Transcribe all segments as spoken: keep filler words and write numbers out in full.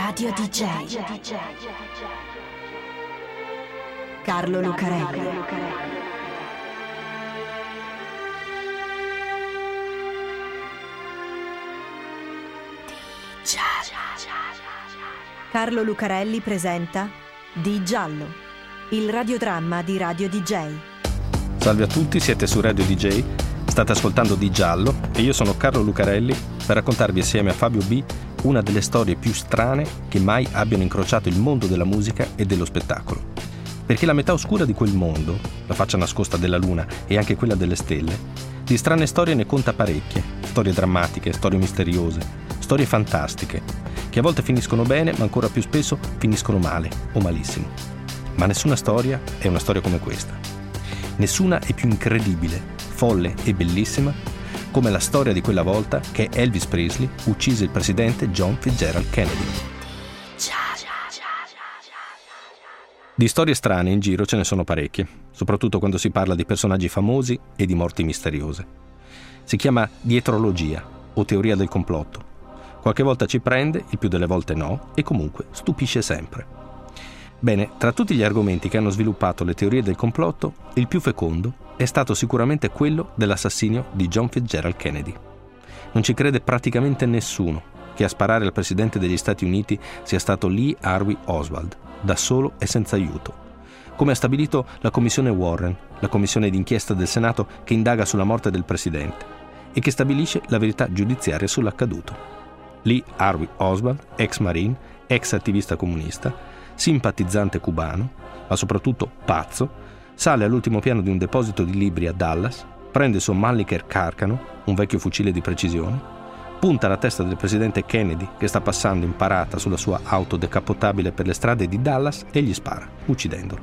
Radio D J Carlo Lucarelli. Carlo Lucarelli presenta Di Giallo, il radiodramma di Radio D J. Salve a tutti, siete su Radio D J, state ascoltando Di Giallo e io sono Carlo Lucarelli per raccontarvi assieme a Fabio B una delle storie più strane che mai abbiano incrociato il mondo della musica e dello spettacolo. Perché la metà oscura di quel mondo, la faccia nascosta della luna e anche quella delle stelle, di strane storie ne conta parecchie, storie drammatiche, storie misteriose, storie fantastiche, che a volte finiscono bene ma ancora più spesso finiscono male o malissimo. Ma nessuna storia è una storia come questa. Nessuna è più incredibile, folle e bellissima come la storia di quella volta che Elvis Presley uccise il presidente John Fitzgerald Kennedy. Di storie strane in giro ce ne sono parecchie, soprattutto quando si parla di personaggi famosi e di morti misteriose. Si chiama dietrologia o teoria del complotto. Qualche volta ci prende, il più delle volte no, e comunque stupisce sempre. Bene, tra tutti gli argomenti che hanno sviluppato le teorie del complotto, il più fecondo è stato sicuramente quello dell'assassinio di John Fitzgerald Kennedy. Non ci crede praticamente nessuno che a sparare al presidente degli Stati Uniti sia stato Lee Harvey Oswald, da solo e senza aiuto, come ha stabilito la commissione Warren, la commissione d'inchiesta del Senato che indaga sulla morte del presidente e che stabilisce la verità giudiziaria sull'accaduto. Lee Harvey Oswald, ex marine, ex attivista comunista, simpatizzante cubano, ma soprattutto pazzo, sale all'ultimo piano di un deposito di libri a Dallas, prende il suo Mannlicher Carcano, un vecchio fucile di precisione, punta la testa del presidente Kennedy che sta passando in parata sulla sua auto decappottabile per le strade di Dallas e gli spara, uccidendolo.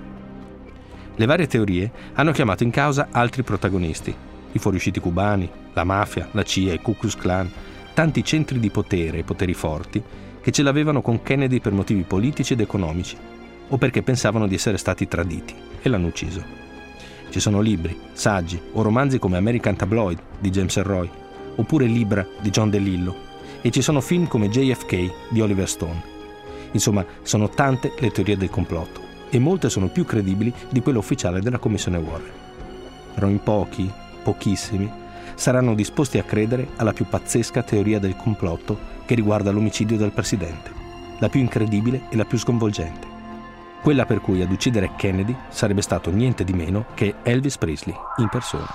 Le varie teorie hanno chiamato in causa altri protagonisti, i fuoriusciti cubani, la mafia, la C I A, il Ku Klux Klan, tanti centri di potere e poteri forti che ce l'avevano con Kennedy per motivi politici ed economici o perché pensavano di essere stati traditi e l'hanno ucciso. Ci sono libri, saggi o romanzi come American Tabloid di James Ellroy oppure Libra di John DeLillo e ci sono film come J F K di Oliver Stone. Insomma, sono tante le teorie del complotto e molte sono più credibili di quella ufficiale della commissione Warren. Però in pochi, pochissimi, saranno disposti a credere alla più pazzesca teoria del complotto che riguarda l'omicidio del presidente, la più incredibile e la più sconvolgente. Quella per cui ad uccidere Kennedy sarebbe stato niente di meno che Elvis Presley in persona.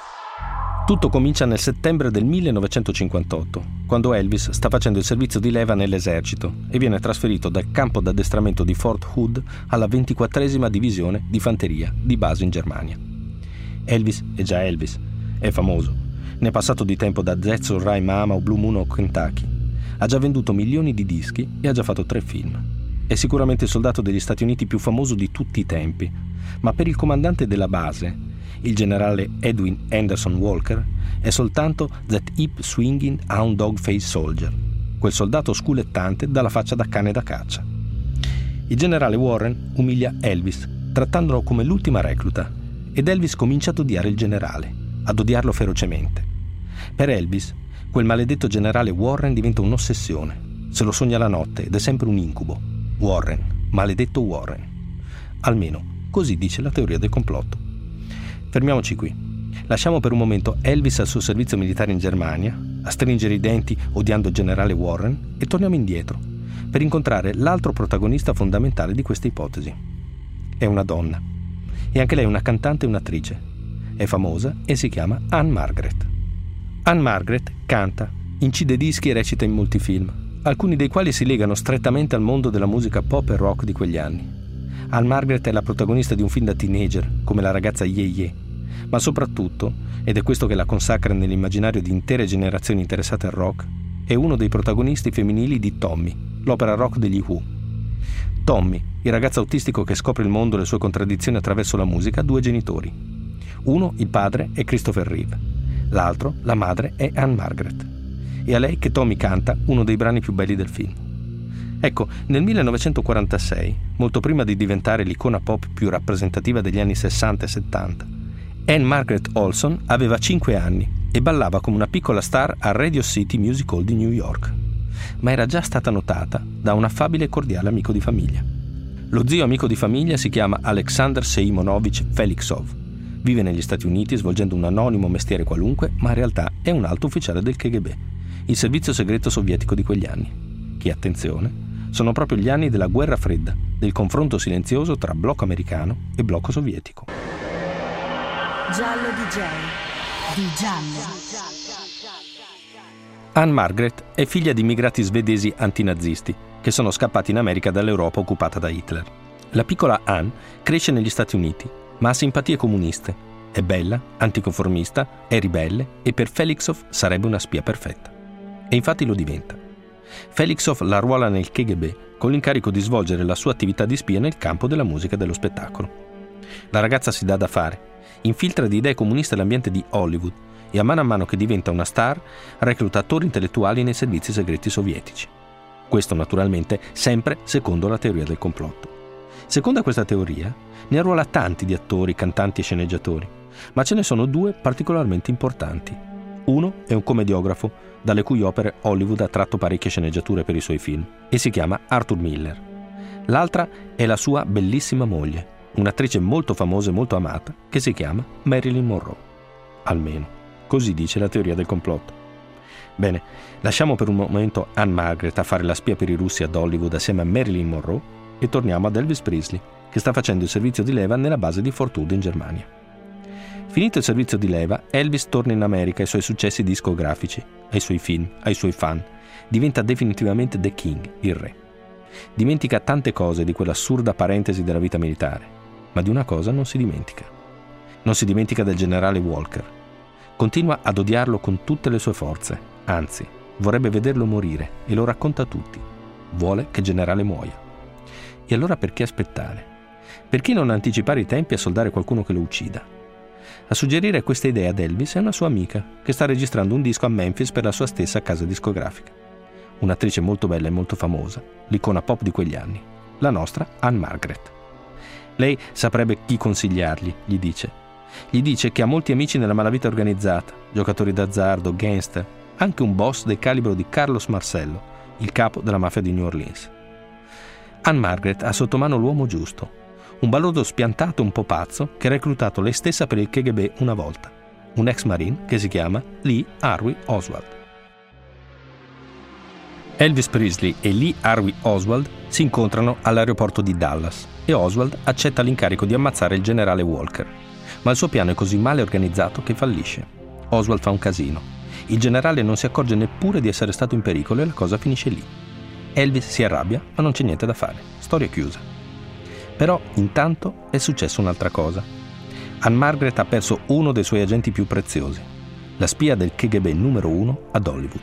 Tutto comincia nel settembre del millenovecentocinquantotto, quando Elvis sta facendo il servizio di leva nell'esercito e viene trasferito dal campo d'addestramento di Fort Hood alla ventiquattresima divisione di fanteria di base in Germania. Elvis è già Elvis, è famoso, ne è passato di tempo da That's All Right Mama o Blue Moon o Kentucky, ha già venduto milioni di dischi e ha già fatto tre film. È sicuramente il soldato degli Stati Uniti più famoso di tutti i tempi, ma per il comandante della base, il generale Edwin Anderson Walker, è soltanto that hip swinging hound dog face soldier, quel soldato sculettante dalla faccia da cane da caccia. Il generale Warren umilia Elvis, trattandolo come l'ultima recluta, ed Elvis comincia ad odiare il generale, ad odiarlo ferocemente. Per Elvis, quel maledetto generale Warren diventa un'ossessione, se lo sogna la notte ed è sempre un incubo. Warren, maledetto Warren. Almeno così dice la teoria del complotto. Fermiamoci qui. Lasciamo per un momento Elvis al suo servizio militare in Germania, a stringere i denti odiando il generale Warren, e torniamo indietro per incontrare l'altro protagonista fondamentale di questa ipotesi. È una donna e anche lei è una cantante e un'attrice. È famosa e si chiama Anne Margaret. Anne Margaret canta, incide dischi e recita in molti film, alcuni dei quali si legano strettamente al mondo della musica pop e rock di quegli anni. Anne Margaret è la protagonista di un film da teenager, come La ragazza Ye Ye, ma soprattutto, ed è questo che la consacra nell'immaginario di intere generazioni interessate al rock, è uno dei protagonisti femminili di Tommy, l'opera rock degli Who. Tommy, il ragazzo autistico che scopre il mondo e le sue contraddizioni attraverso la musica, ha due genitori. Uno, il padre, è Christopher Reeve, l'altro, la madre, è Anne Margaret. E a lei che Tommy canta uno dei brani più belli del film. Ecco, nel millenovecentoquarantasei, molto prima di diventare l'icona pop più rappresentativa degli anni sessanta e settanta, Anne Margaret Olson aveva cinque anni e ballava come una piccola star al Radio City Music Hall di New York. ma era già stata notata da un affabile e cordiale amico di famiglia. Lo zio amico di famiglia si chiama Alexander Seimonovich Felixov. Vive negli Stati Uniti svolgendo un anonimo mestiere qualunque, ma in realtà è un alto ufficiale del K G B, il servizio segreto sovietico di quegli anni, che, attenzione, sono proprio gli anni della guerra fredda, del confronto silenzioso tra blocco americano e blocco sovietico. Giallo D J di Giallo. Anne Margaret è figlia di immigrati svedesi antinazisti che sono scappati in America dall'Europa occupata da Hitler. La piccola Anne cresce negli Stati Uniti, ma ha simpatie comuniste. È bella, anticonformista, è ribelle e per Felixov sarebbe una spia perfetta. E infatti lo diventa. Felixov la arruola nel K G B con l'incarico di svolgere la sua attività di spia nel campo della musica e dello spettacolo. La ragazza si dà da fare, infiltra di idee comuniste l'ambiente di Hollywood e a mano a mano che diventa una star recluta attori intellettuali nei servizi segreti sovietici. Questo naturalmente sempre secondo la teoria del complotto. Secondo questa teoria ne arruola tanti di attori, cantanti e sceneggiatori, ma ce ne sono due particolarmente importanti. Uno è un commediografo dalle cui opere Hollywood ha tratto parecchie sceneggiature per i suoi film e si chiama Arthur Miller. L'altra è la sua bellissima moglie, un'attrice molto famosa e molto amata che si chiama Marilyn Monroe. Almeno, così dice la teoria del complotto. Bene, lasciamo per un momento Anne Margaret a fare la spia per i russi ad Hollywood assieme a Marilyn Monroe e torniamo ad Elvis Presley, che sta facendo il servizio di leva nella base di Fort Hood in Germania. Finito il servizio di leva, Elvis torna in America ai suoi successi discografici, ai suoi film, ai suoi fan. Diventa definitivamente The King, il re. Dimentica tante cose di quell'assurda parentesi della vita militare, ma di una cosa non si dimentica. Non si dimentica del generale Walker. Continua ad odiarlo con tutte le sue forze, anzi, vorrebbe vederlo morire e lo racconta a tutti. Vuole che il generale muoia. E allora perché aspettare? Perché non anticipare i tempi e soldare qualcuno che lo uccida? A suggerire questa idea ad Elvis è una sua amica che sta registrando un disco a Memphis per la sua stessa casa discografica. Un'attrice molto bella e molto famosa, l'icona pop di quegli anni, la nostra Anne Margaret. Lei saprebbe chi consigliargli, gli dice. Gli dice che ha molti amici nella malavita organizzata, giocatori d'azzardo, gangster, anche un boss del calibro di Carlos Marcello, il capo della mafia di New Orleans. Anne Margaret ha sotto mano l'uomo giusto, un balordo spiantato un po' pazzo che ha reclutato lei stessa per il K G B una volta, un ex marine che si chiama Lee Harvey Oswald. Elvis Presley e Lee Harvey Oswald si incontrano all'aeroporto di Dallas e Oswald accetta l'incarico di ammazzare il generale Walker, ma il suo piano è così male organizzato che fallisce. Oswald fa un casino. Il generale non si accorge neppure di essere stato in pericolo e la cosa finisce lì. Elvis si arrabbia, ma non c'è niente da fare. Storia chiusa. Però intanto è successa un'altra cosa. Anne Margaret ha perso uno dei suoi agenti più preziosi, la spia del K G B numero uno ad Hollywood.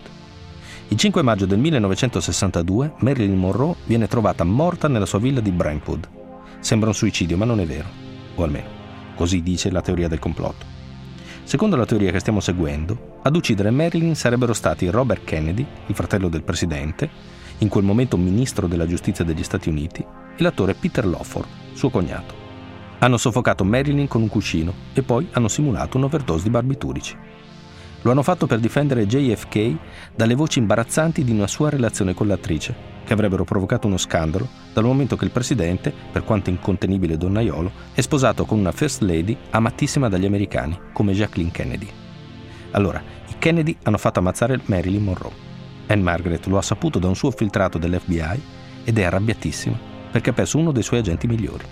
Il cinque maggio del millenovecentosessantadue Marilyn Monroe viene trovata morta nella sua villa di Brentwood. Sembra un suicidio, ma non è vero. O almeno, così dice la teoria del complotto. Secondo la teoria che stiamo seguendo, ad uccidere Marilyn sarebbero stati Robert Kennedy, il fratello del presidente, in quel momento ministro della giustizia degli Stati Uniti, e l'attore Peter Lawford, suo cognato. Hanno soffocato Marilyn con un cuscino e poi hanno simulato un'overdose di barbiturici. Lo hanno fatto per difendere J F K dalle voci imbarazzanti di una sua relazione con l'attrice, che avrebbero provocato uno scandalo dal momento che il presidente, per quanto incontenibile donnaiolo, è sposato con una first lady amatissima dagli americani, come Jacqueline Kennedy. Allora, i Kennedy hanno fatto ammazzare Marilyn Monroe. Anne Margaret lo ha saputo da un suo filtrato dell'F B I ed è arrabbiatissima perché ha perso uno dei suoi agenti migliori.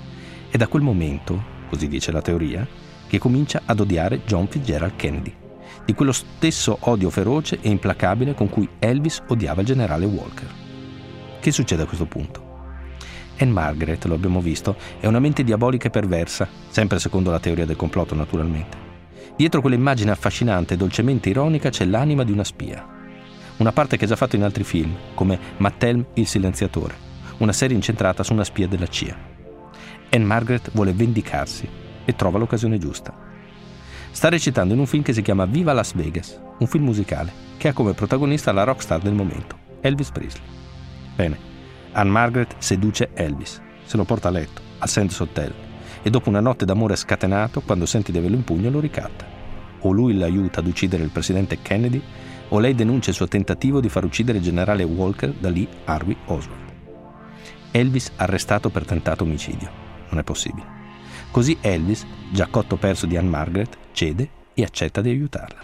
È da quel momento, così dice la teoria, che comincia ad odiare John Fitzgerald Kennedy, di quello stesso odio feroce e implacabile con cui Elvis odiava il generale Walker. Che succede a questo punto? Anne Margaret, lo abbiamo visto, è una mente diabolica e perversa, sempre secondo la teoria del complotto naturalmente. Dietro quell'immagine affascinante e dolcemente ironica c'è l'anima di una spia. Una parte che ha già fatto in altri film, come Matt Helm, il silenziatore, una serie incentrata su una spia della C I A. Anne Margaret vuole vendicarsi e trova l'occasione giusta. Sta recitando in un film che si chiama Viva Las Vegas, un film musicale, che ha come protagonista la rockstar del momento, Elvis Presley. Bene, Anne Margaret seduce Elvis, se lo porta a letto, al Sands Hotel, e dopo una notte d'amore scatenato, quando sente di averlo in pugno, lo ricatta. O lui l'aiuta ad uccidere il presidente Kennedy, o lei denuncia il suo tentativo di far uccidere il generale Walker da Lee Harvey Oswald. Elvis arrestato per tentato omicidio. Non è possibile. Così Elvis, già cotto perso di Ann Margaret, cede e accetta di aiutarla.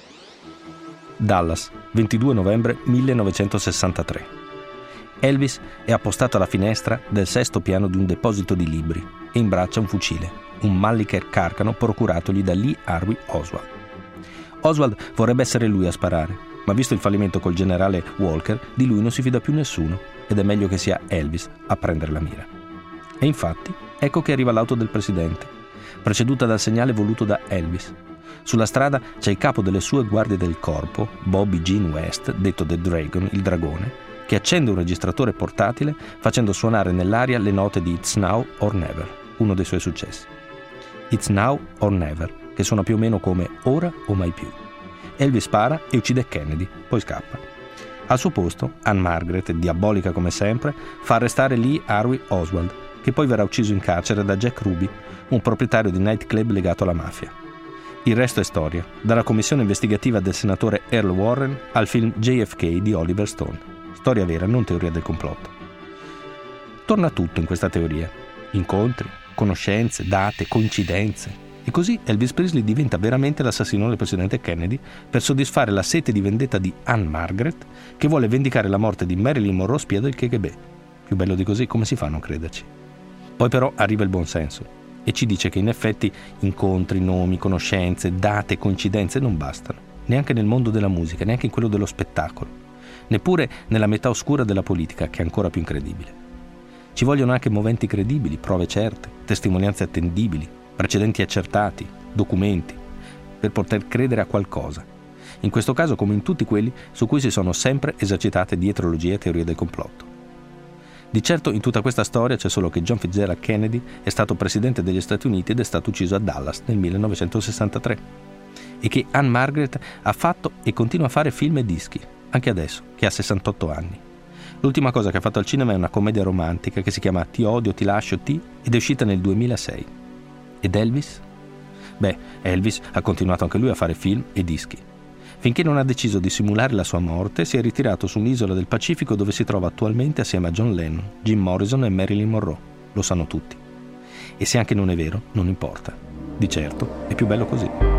Dallas, ventidue novembre millenovecentosessantatré. Elvis è appostato alla finestra del sesto piano di un deposito di libri e imbraccia un fucile, un Mannlicher Carcano procuratogli da Lee Harvey Oswald. Oswald vorrebbe essere lui a sparare, ma visto il fallimento col generale Walker, di lui non si fida più nessuno ed è meglio che sia Elvis a prendere la mira. E infatti, ecco che arriva l'auto del presidente, preceduta dal segnale voluto da Elvis. Sulla strada c'è il capo delle sue guardie del corpo, Bobby Gene West, detto The Dragon, il dragone, che accende un registratore portatile facendo suonare nell'aria le note di It's Now or Never, uno dei suoi successi. It's Now or Never, che suona più o meno come ora o mai più. Elvis spara e uccide Kennedy, poi scappa. Al suo posto, Ann Margaret, diabolica come sempre, fa arrestare Lee Harvey Oswald, che poi verrà ucciso in carcere da Jack Ruby, un proprietario di nightclub legato alla mafia. Il resto è storia, dalla commissione investigativa del senatore Earl Warren al film J F K di Oliver Stone. Storia vera, non teoria del complotto. Torna tutto in questa teoria. Incontri, conoscenze, date, coincidenze. E così Elvis Presley diventa veramente l'assassino del presidente Kennedy per soddisfare la sete di vendetta di Ann Margaret, che vuole vendicare la morte di Marilyn Monroe, spia del K G B. Più bello di così, come si fa a non crederci? Poi però arriva il buonsenso e ci dice che in effetti incontri, nomi, conoscenze, date, coincidenze non bastano, neanche nel mondo della musica, neanche in quello dello spettacolo, neppure nella metà oscura della politica, che è ancora più incredibile. Ci vogliono anche moventi credibili, prove certe, testimonianze attendibili, precedenti accertati, documenti, per poter credere a qualcosa. In questo caso come in tutti quelli su cui si sono sempre esercitate dietrologie e teorie del complotto. Di certo in tutta questa storia c'è solo che John Fitzgerald Kennedy è stato presidente degli Stati Uniti ed è stato ucciso a Dallas nel millenovecentosessantatré e che Ann Margaret ha fatto e continua a fare film e dischi, anche adesso, che ha sessantotto anni. L'ultima cosa che ha fatto al cinema è una commedia romantica che si chiama Ti odio, ti lascio, ti ed è uscita nel duemilasei. Ed Elvis? Beh, Elvis ha continuato anche lui a fare film e dischi. Finché non ha deciso di simulare la sua morte, si è ritirato su un'isola del Pacifico dove si trova attualmente assieme a John Lennon, Jim Morrison e Marilyn Monroe. Lo sanno tutti. E se anche non è vero, non importa. Di certo, è più bello così.